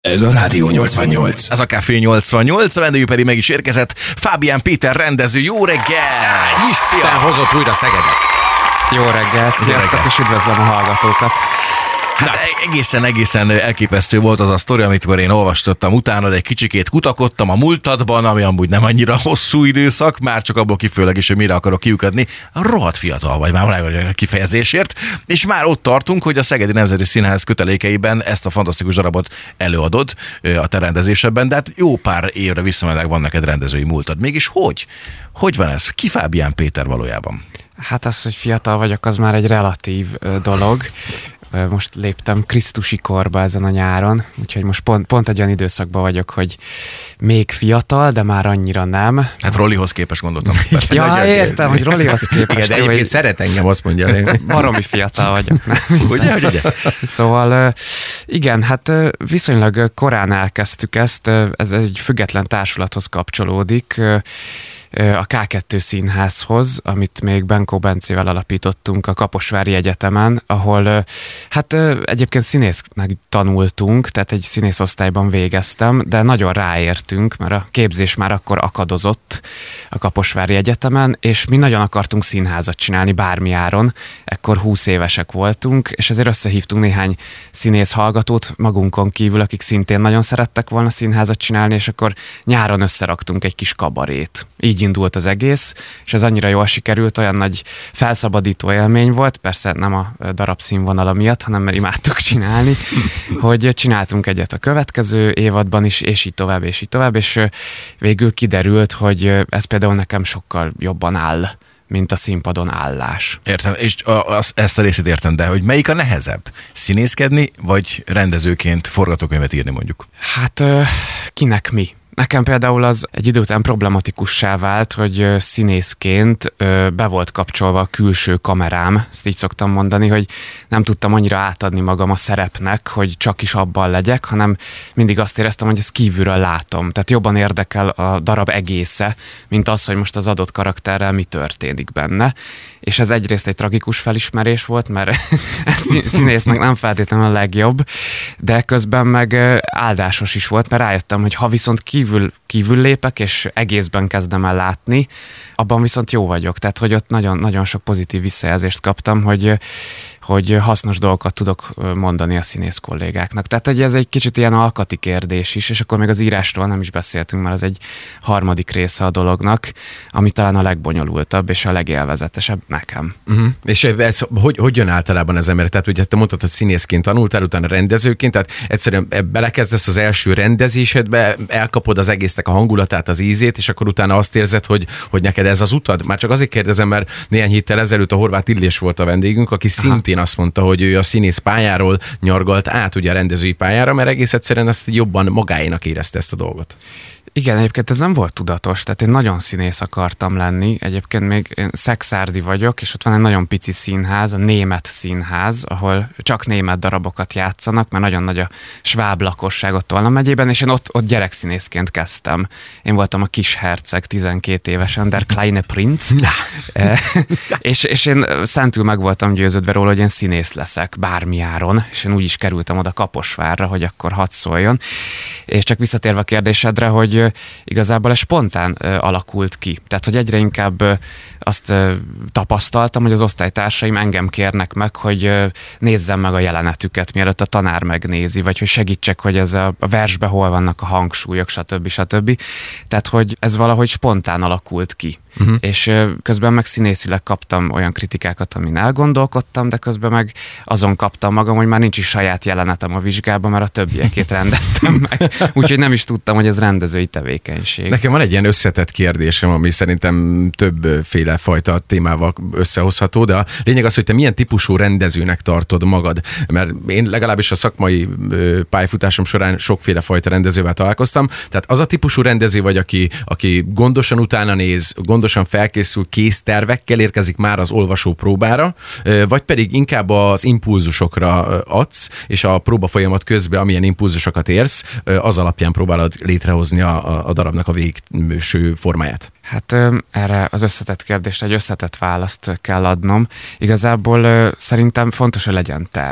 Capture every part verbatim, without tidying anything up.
Ez a Rádió nyolcvannyolc. Ez a Café nyolcvannyolc, a vendégünk pedig meg is érkezett. Fábián Péter rendező, jó reggel! Isten hozott újra Szegedet. Jó reggelt, sziasztok, és üdvözlöm a hallgatókat. Hát egészen, egészen elképesztő volt az a sztori, amikor én olvastattam utána, de egy kicsikét kutakodtam a múltadban, ami amúgy nem annyira hosszú időszak, már csak abból kifőleg is, hogy mire akarok kiukadni. Rohadt fiatal vagy már a kifejezésért, és már ott tartunk, hogy a Szegedi Nemzeti Színház kötelékeiben ezt a fantasztikus darabot előadod a te rendezésedben, de hát jó pár évre visszamenőleg van neked rendezői múltad. Mégis hogy? Hogy van ez? Ki Fábián Péter valójában? Hát az, hogy fiatal vagyok, az már egy relatív dolog. Most léptem krisztusi korba ezen a nyáron, úgyhogy most pont, pont egy olyan időszakban vagyok, hogy még fiatal, de már annyira nem. Hát Rollihoz képest gondoltam. Persze, ja, hát értem, hogy Rollihoz képest. Igen, de egyébként hogy... szeret engem, azt mondja. Baromi fiatal vagyok. Nem? Ugye, hogy ugye? Szóval igen, hát viszonylag korán elkezdtük ezt, ez egy független társulathoz kapcsolódik, a ká kettő Színházhoz, amit még Benkó Bencével alapítottunk a Kaposvári Egyetemen, ahol hát egyébként színésznek tanultunk, tehát egy színészosztályban végeztem, de nagyon ráértünk, mert a képzés már akkor akadozott a Kaposvári Egyetemen, és mi nagyon akartunk színházat csinálni bármi áron, ekkor húsz évesek voltunk, és ezért összehívtunk néhány színész hallgatót magunkon kívül, akik szintén nagyon szerettek volna színházat csinálni, és akkor nyáron összeraktunk egy kis kabarét. Így indult az egész, és ez annyira jól sikerült, olyan nagy felszabadító élmény volt, persze nem a darab színvonala miatt, hanem mert imádtuk csinálni, hogy csináltunk egyet a következő évadban is, és így tovább, és így tovább, és végül kiderült, hogy ez például nekem sokkal jobban áll, mint a színpadon állás. Értem, és az, ezt a részét értem, de hogy melyik a nehezebb? Színészkedni, vagy rendezőként forgatókönyvet írni mondjuk? Hát kinek mi? Nekem például az egy idő után problematikussá vált, hogy színészként be volt kapcsolva a külső kamerám, ezt így szoktam mondani, hogy nem tudtam annyira átadni magam a szerepnek, hogy csak is abban legyek, hanem mindig azt éreztem, hogy ezt kívülről látom. Tehát jobban érdekel a darab egésze, mint az, hogy most az adott karakterrel mi történik benne. És ez egyrészt egy tragikus felismerés volt, mert színésznek nem feltétlenül a legjobb, de közben meg áldásos is volt, mert rájöttem, hogy ha viszont kívül, kívül lépek, és egészben kezdem el látni, abban viszont jó vagyok. Tehát, hogy ott nagyon, nagyon sok pozitív visszajelzést kaptam, hogy, hogy hasznos dolgokat tudok mondani a színész kollégáknak. Tehát hogy ez egy kicsit ilyen alkati kérdés is, és akkor még az írásról nem is beszéltünk, mert az egy harmadik része a dolognak, ami talán a legbonyolultabb és a legélvezetesebb nekem. Uh-huh. És ez, hogy, hogy jön általában ez ember? Tehát ugye te mondtad, hogy színészként tanultál, utána rendezőként, tehát egyszerűen belekezdesz az első rendezésedbe, elkapod az egésznek a hangulatát, az ízét, és akkor utána azt érzed, hogy, hogy neked ez az utad? Már csak azért kérdezem, mert néhány héttel ezelőtt a Horváth Illés volt a vendégünk, aki Aha. szintén azt mondta, hogy ő a színész pályáról nyargalt át ugye a rendezői pályára, mert egész egyszerűen ezt jobban magáénak érezte ezt a dolgot. Igen, egyébként ez nem volt tudatos, tehát én nagyon színész akartam lenni, egyébként még én szexárdi vagyok, és ott van egy nagyon pici színház, a Német Színház, ahol csak német darabokat játszanak, mert nagyon nagy a sváb lakosság ott Tolna megyében, és én ott, ott gyerekszínészként kezdtem. Én voltam a kis herceg, tizenkét évesen, der kleine Prinz, és, és én szentül meg voltam győződve róla, hogy én színész leszek bármi áron, és én úgy is kerültem oda Kaposvárra, hogy akkor hadd szóljon. És csak visszatérve a kérdésedre, hogy igazából ez spontán alakult ki. Tehát, hogy egyre inkább azt tapasztaltam, hogy az osztálytársaim engem kérnek meg, hogy nézzem meg a jelenetüket, mielőtt a tanár megnézi, vagy hogy segítsek, hogy ez a versbe hol vannak a hangsúlyok, stb. stb. Tehát, hogy ez valahogy spontán alakult ki. Uh-huh. És közben meg színészileg kaptam olyan kritikákat, amin elgondolkodtam, de közben meg azon kaptam magam, hogy már nincs is saját jelenetem a vizsgában, mert a többiekét rendeztem meg. Úgyhogy nem is tudtam, hogy ez rendezői tevékenység. Nekem van egy ilyen összetett kérdésem, ami szerintem többféle fajta témával összehozható, de a lényeg az, hogy te milyen típusú rendezőnek tartod magad. Mert én legalábbis a szakmai pályafutásom során sokféle fajta rendezővel találkoztam. Tehát az a típusú rendező vagy, aki, aki gondosan utána néz, gondosan felkészül, kész tervekkel érkezik már az olvasó próbára, vagy pedig inkább az impulzusokra adsz, és a próba folyamat közben, amilyen impulzusokat érsz, az alapján próbálod létrehozni a, a darabnak a végső formáját. Hát erre az összetett kérdésre egy összetett választ kell adnom. Igazából szerintem fontos, hogy legyen terv.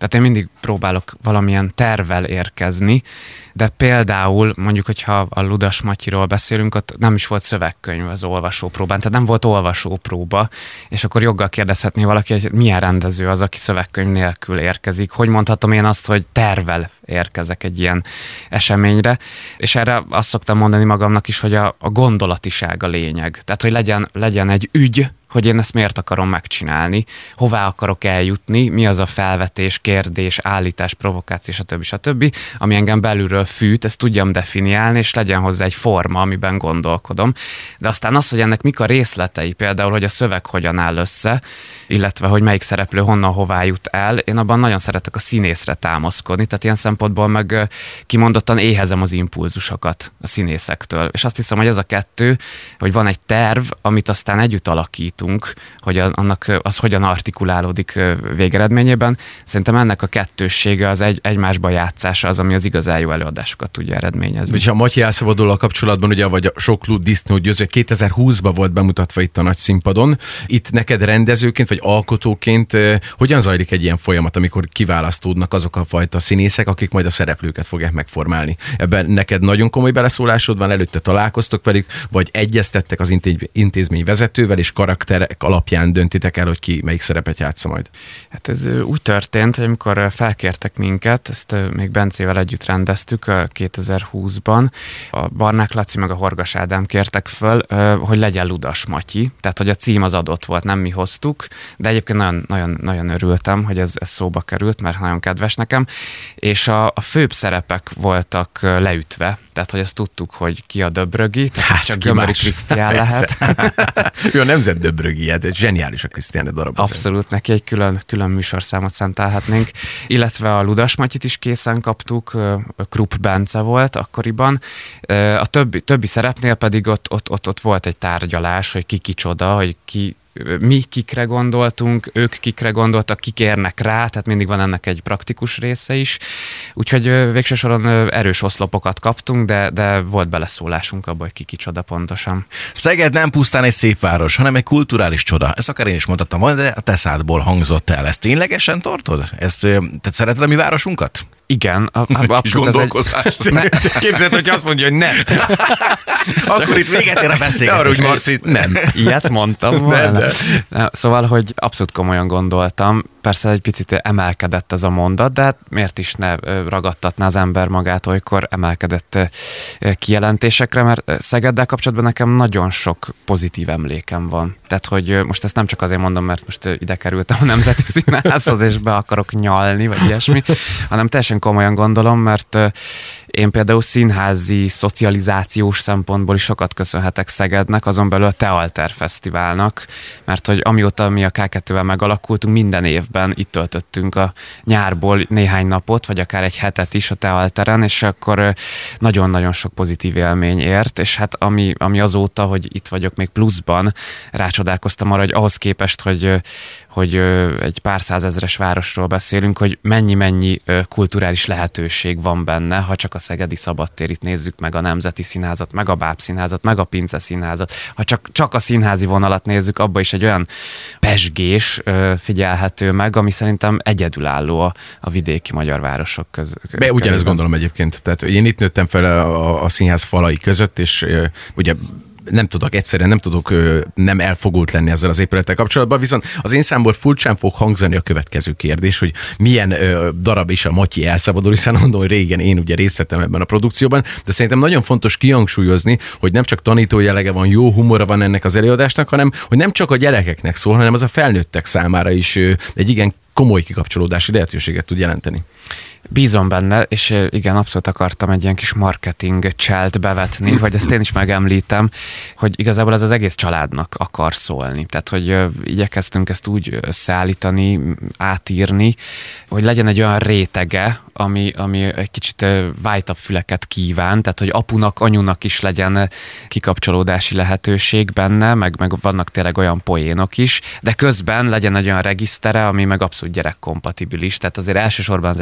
Tehát én mindig próbálok valamilyen tervvel érkezni, de például mondjuk, hogyha a Ludas Matyiról beszélünk, ott nem is volt szövegkönyv az olvasópróbán, tehát nem volt olvasópróba, és akkor joggal kérdezhetné valaki, hogy milyen rendező az, aki szövegkönyv nélkül érkezik. Hogy mondhatom én azt, hogy tervvel érkezek egy ilyen eseményre, és erre azt szoktam mondani magamnak is, hogy a, a gondolatiság a lényeg. Tehát, hogy legyen, legyen egy ügy, hogy én ezt miért akarom megcsinálni, hová akarok eljutni, mi az a felvetés, kérdés, állítás, provokáció, stb. stb., ami engem belülről fűt, ezt tudjam definiálni, és legyen hozzá egy forma, amiben gondolkodom. De aztán az, hogy ennek mik a részletei, például, hogy a szöveg hogyan áll össze, illetve, hogy melyik szereplő honnan hová jut el, én abban nagyon szeretek a színészre támaszkodni, tehát ilyen szempontból meg kimondottan éhezem az impulzusokat a színészektől. És azt hiszem, hogy ez a kettő, hogy van egy terv, amit aztán együtt alakít, hogy annak az hogyan artikulálódik végeredményében. Szerintem ennek a kettőssége, az egy, egymásba játszása az, ami az igazán jó előadásokat tudja eredményezni. És a Matyi elszabadulóval kapcsolatban, ugye, vagy a Sokló Disznó Győző kétezer-húszban volt bemutatva itt a nagy színpadon. Itt neked rendezőként, vagy alkotóként hogyan zajlik egy ilyen folyamat, amikor kiválasztódnak azok a fajta színészek, akik majd a szereplőket fogják megformálni? Ebben neked nagyon komoly beleszólásod van, előtte találkoztok velük, vagy egyeztettek az intézmény vezetővel, és karakter alapján döntitek el, hogy ki melyik szerepet játsza majd? Hát ez úgy történt, hogy amikor felkértek minket, ezt még Bencével együtt rendeztük kétezer-húszban, a Barnák Laci meg a Horgas Ádám kértek föl, hogy legyen Ludas Matyi, tehát hogy a cím az adott volt, nem mi hoztuk, de egyébként nagyon, nagyon, nagyon örültem, hogy ez, ez szóba került, mert nagyon kedves nekem, és a, a főbb szerepek voltak leütve, tehát hogy azt tudtuk, hogy ki a Döbrögi, tehát hát, csak Gömöri Krisztián lehet. Ő a nemzet Döbrögi, hát zseniális a Krisztián darab. Abszolút, neki egy külön, külön műsorszámot szentelhetnénk. Illetve a Ludas Matyit is készen kaptuk, Krupp Bence volt akkoriban. A többi, többi szerepnél pedig ott, ott, ott, ott volt egy tárgyalás, hogy ki kicsoda, hogy ki mi kikre gondoltunk, ők kikre gondoltak, kik érnek rá, tehát mindig van ennek egy praktikus része is. Úgyhogy végső soron erős oszlopokat kaptunk, de, de volt beleszólásunk abba, hogy ki kicsoda pontosan. Szeged nem pusztán egy szép város, hanem egy kulturális csoda. Ezt akár én is mondhattam volna, de a te szádból hangzott el. Ezt ténylegesen tartod? Ezt, te szereted a mi városunkat? Igen, abszolút ez egy... Ne, képzeld, hogy azt mondja, hogy nem. Akkor itt véget ér a beszélgetés. Arra, hogy Marci, nem. Ilyet mondtam volna. Nem, nem. Szóval, hogy abszolút komolyan gondoltam. Persze egy picit emelkedett ez a mondat, de hát miért is ne ragadtatná az ember magát olykor emelkedett kijelentésekre, mert Szegeddel kapcsolatban nekem nagyon sok pozitív emlékem van. Tehát, hogy most ezt nem csak azért mondom, mert most ide kerültem a Nemzeti Színházhoz, és be akarok nyalni, vagy ilyesmi, hanem teljesen komolyan gondolom, mert én például színházi, szocializációs szempontból is sokat köszönhetek Szegednek, azon belül a Tealter Fesztiválnak, mert hogy amióta mi a ká kettővel megalakultunk, minden évben itt töltöttünk a nyárból néhány napot, vagy akár egy hetet is a Tealteren, és akkor nagyon-nagyon sok pozitív élmény ért, és hát ami, ami azóta, hogy itt vagyok még pluszban, rácsodálkoztam arra, hogy ahhoz képest, hogy hogy egy pár százezres városról beszélünk, hogy mennyi-mennyi kulturális lehetőség van benne, ha csak a Szegedi Szabadtérit nézzük meg, a Nemzeti Színházat, meg a Bábszínházat, meg a Pince Színházat. Ha csak, csak a színházi vonalat nézzük, abba is egy olyan pezsgés figyelhető meg, ami szerintem egyedülálló a, a vidéki magyar városok között. Be, ugyanezt gondolom egyébként. Tehát én itt nőttem fel a, a színház falai között, és ugye nem tudok egyszerűen, nem tudok nem elfogult lenni ezzel az épülettel kapcsolatban, viszont az én számból furcsán fog hangzani a következő kérdés, hogy milyen ö, darab is a Matyi elszabadul, hiszen mondom, hogy régen én ugye részt vettem ebben a produkcióban, de szerintem nagyon fontos kihangsúlyozni, hogy nem csak tanító jellege van, jó humora van ennek az előadásnak, hanem hogy nem csak a gyerekeknek szól, hanem az a felnőttek számára is ö, egy igen komoly kikapcsolódási lehetőséget tud jelenteni. Bízom benne, és igen, abszolút akartam egy ilyen kis marketing cselt bevetni, hogy ezt én is megemlítem, hogy igazából ez az egész családnak akar szólni. Tehát, hogy igyekeztünk ezt úgy összeállítani, átírni, hogy legyen egy olyan rétege, ami, ami egy kicsit vájtabb füleket kíván, tehát, hogy apunak, anyunak is legyen kikapcsolódási lehetőség benne, meg, meg vannak tényleg olyan poénok is, de közben legyen egy olyan regisztere, ami meg abszolút gyerekkompatibilis, tehát azért elsősorban az egy gyerekkel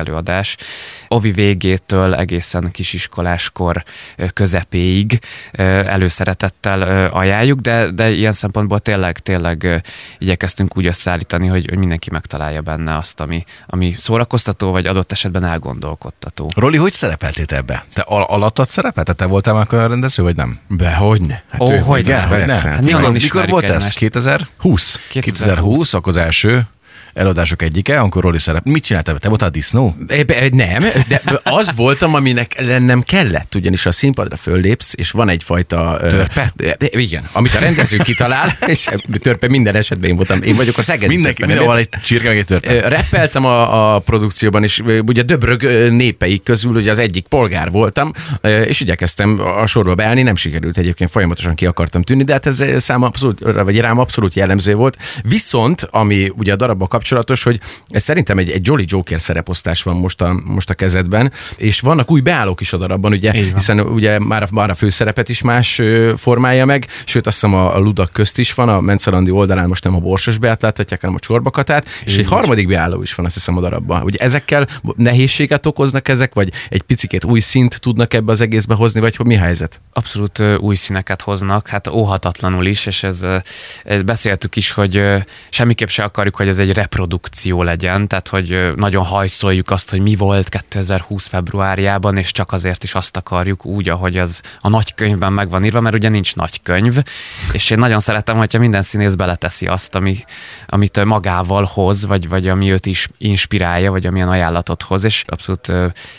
előadás. Ovi végétől egészen kisiskoláskor közepéig előszeretettel ajánljuk, de, de ilyen szempontból tényleg, tényleg igyekeztünk úgy összeállítani, hogy, hogy mindenki megtalálja benne azt, ami, ami szórakoztató, vagy adott esetben elgondolkodtató. Roli, hogy szerepeltél ebbe? Te al- alattad szerepelt? Te voltál már olyan rendező, vagy nem? Behogyne. Hát Ó, hogy ez ne, persze. hát mikor, nagyon mikor volt ez? kétezer-húsz kétezer-húsz, akkor az első előadások egyike, amikor Roli szerep. Mit csináltál? Te voltál a disznó? É, nem, de az voltam, aminek lennem kellett, ugyanis a színpadra föllépsz, és van egyfajta... Törpe? Ö, igen, amit a rendező kitalál, és törpe minden esetben én voltam. Én vagyok a Szegedi Mindenki, törpe. minden van egy csirke, meg egy törpe. Reppeltem a, a produkcióban, és ugye Döbrög népeik közül ugye az egyik polgár voltam, és igyekeztem a sorba beállni, nem sikerült egyébként, folyamatosan ki akartam tűnni, de hát ez szám abszolút, vagy rám abszolút jellemző volt. Viszont, ami ugye a darabba kapcsolatos, hogy ez szerintem egy, egy Jolly Joker szereposztás van most a, most a kezedben, és vannak új beállók is a darabban, ugye, hiszen ugye már a, már a főszerepet is más formálja meg, sőt azt hiszem a, a ludak közt is van, a Mencelandi oldalán most nem a Borsos Beát láthatják, hanem a Csorbakatát, és egy harmadik beálló is van, azt hiszem a darabban. Ugye ezekkel nehézséget okoznak ezek, vagy egy picikét új szint tudnak ebbe az egészbe hozni, vagy mi a helyzet? Abszolút új színeket hoznak, hát óhatatlanul is, és ez, ez beszéltük is, hogy semmiképp se akarjuk, hogy ez egy reprodukció legyen, tehát hogy nagyon hajszoljuk azt, hogy mi volt kétezer-húsz februárjában, és csak azért is azt akarjuk úgy, ahogy az a nagykönyvben meg van írva, mert ugye nincs nagykönyv, és én nagyon szeretem, hogyha minden színész beleteszi azt, ami, amit magával hoz, vagy, vagy ami őt is inspirálja, vagy amilyen ajánlatot hoz, és abszolút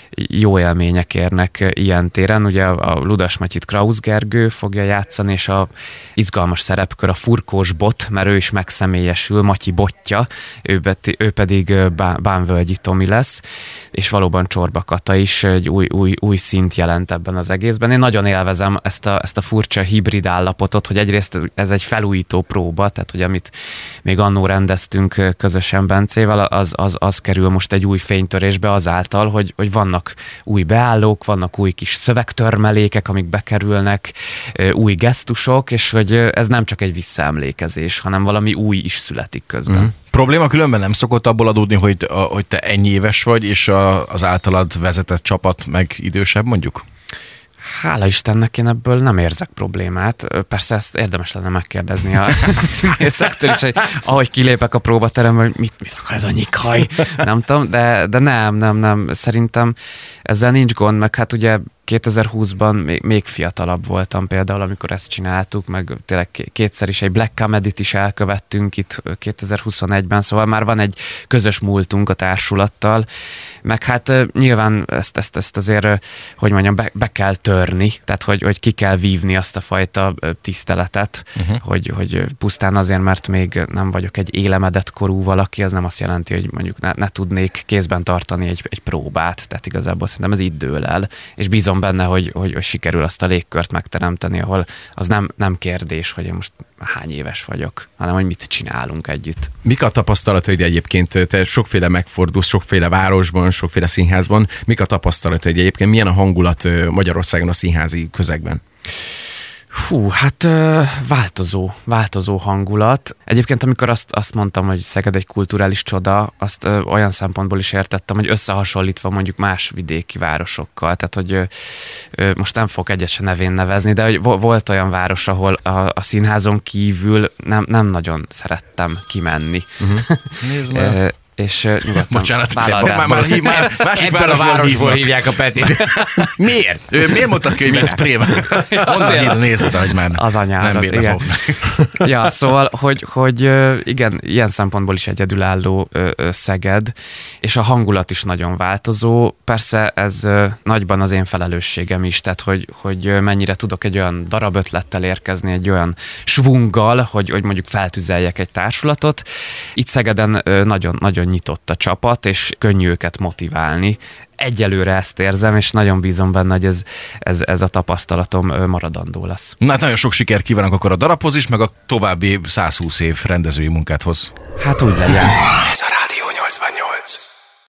jó élmények érnek ilyen téren. Ugye a Ludas Matyit Krausz Gergő fogja játszani, és a izgalmas szerepkör a Furkós Bot, mert ő is megszemélyesül, Matyi Botja, ő, beti, ő pedig Bánvölgyi Tomi lesz, és valóban Csorba Kata is egy új, új, új szint jelent ebben az egészben. Én nagyon élvezem ezt a, ezt a furcsa hibrid állapotot, hogy egyrészt ez egy felújító próba, tehát hogy amit még annó rendeztünk közösen Bencével, az, az, az kerül most egy új fénytörésbe azáltal, hogy, hogy vannak új beállók, vannak új kis szövegtörmelékek, amik bekerülnek, új gesztusok, és hogy ez nem csak egy visszaemlékezés, hanem valami új is születik közben. Mm. Probléma különben nem szokott abból adódni, hogy, a, hogy te ennyi éves vagy, és a, az általad vezetett csapat meg idősebb mondjuk? Hála Istennek, én ebből nem érzek problémát. Persze ezt érdemes lenne megkérdezni a színészektől is, hogy ahogy kilépek a próbateremből, hogy mit, mit akar ez a nyikhaj? Nem tudom, de, de nem, nem, nem. Szerintem ezzel nincs gond, meg hát ugye kétezer-húszban még, még fiatalabb voltam például, amikor ezt csináltuk, meg tényleg kétszer is egy Black Comedy-t is elkövettünk itt kétezer-huszonegyben, szóval már van egy közös múltunk a társulattal, meg hát nyilván ezt, ezt, ezt azért, hogy mondjam, be, be kell törni, tehát hogy, hogy ki kell vívni azt a fajta tiszteletet, uh-huh. hogy, hogy pusztán azért, mert még nem vagyok egy élemedett korú valaki, az nem azt jelenti, hogy mondjuk ne, ne tudnék kézben tartani egy, egy próbát, tehát igazából szerintem ez így dől el, és bízom benne, hogy, hogy, hogy sikerül azt a légkört megteremteni, ahol az nem, nem kérdés, hogy én most hány éves vagyok, hanem hogy mit csinálunk együtt. Mik a tapasztalataid egyébként? Te sokféle megfordulsz, sokféle városban, sokféle színházban. Mik a tapasztalataid egyébként? Milyen a hangulat Magyarországon a színházi közegben? Fú, hát ö, változó, változó hangulat. Egyébként amikor azt, azt mondtam, hogy Szeged egy kulturális csoda, azt ö, olyan szempontból is értettem, hogy összehasonlítva mondjuk más vidéki városokkal, tehát hogy ö, ö, most nem fogok egyet se nevén nevezni, de hogy volt olyan város, ahol a, a színházon kívül nem, nem nagyon szerettem kimenni. Uh-huh. Nézd már. És uh, nyugodtan Bocsánat, vállald el. már, már, hív, már másik Ebből városból, a városból hívnak. hívják a Petit. Miért? Ő, miért mondtad ki, hogy mi lesz Prém? Onnan hív, nézd, hogy már az anyádat, nem bírna igen. Ja, szóval, hogy, hogy igen, ilyen szempontból is egyedülálló Szeged, és a hangulat is nagyon változó. Persze ez nagyban az én felelősségem is, tehát hogy, hogy mennyire tudok egy olyan darabötlettel érkezni, egy olyan svunggal, hogy, hogy mondjuk feltüzeljek egy társulatot. Itt Szegeden nagyon, nagyon nyitott a csapat, és könnyű őket motiválni. Egyelőre ezt érzem, és nagyon bízom benne, hogy ez, ez, ez a tapasztalatom maradandó lesz. Na hát nagyon sok sikert kívánok akkor a darabhoz is, meg a további százhúsz év rendezői munkádhoz. Hát úgy legyen. Ez a Rádió nyolcvannyolc.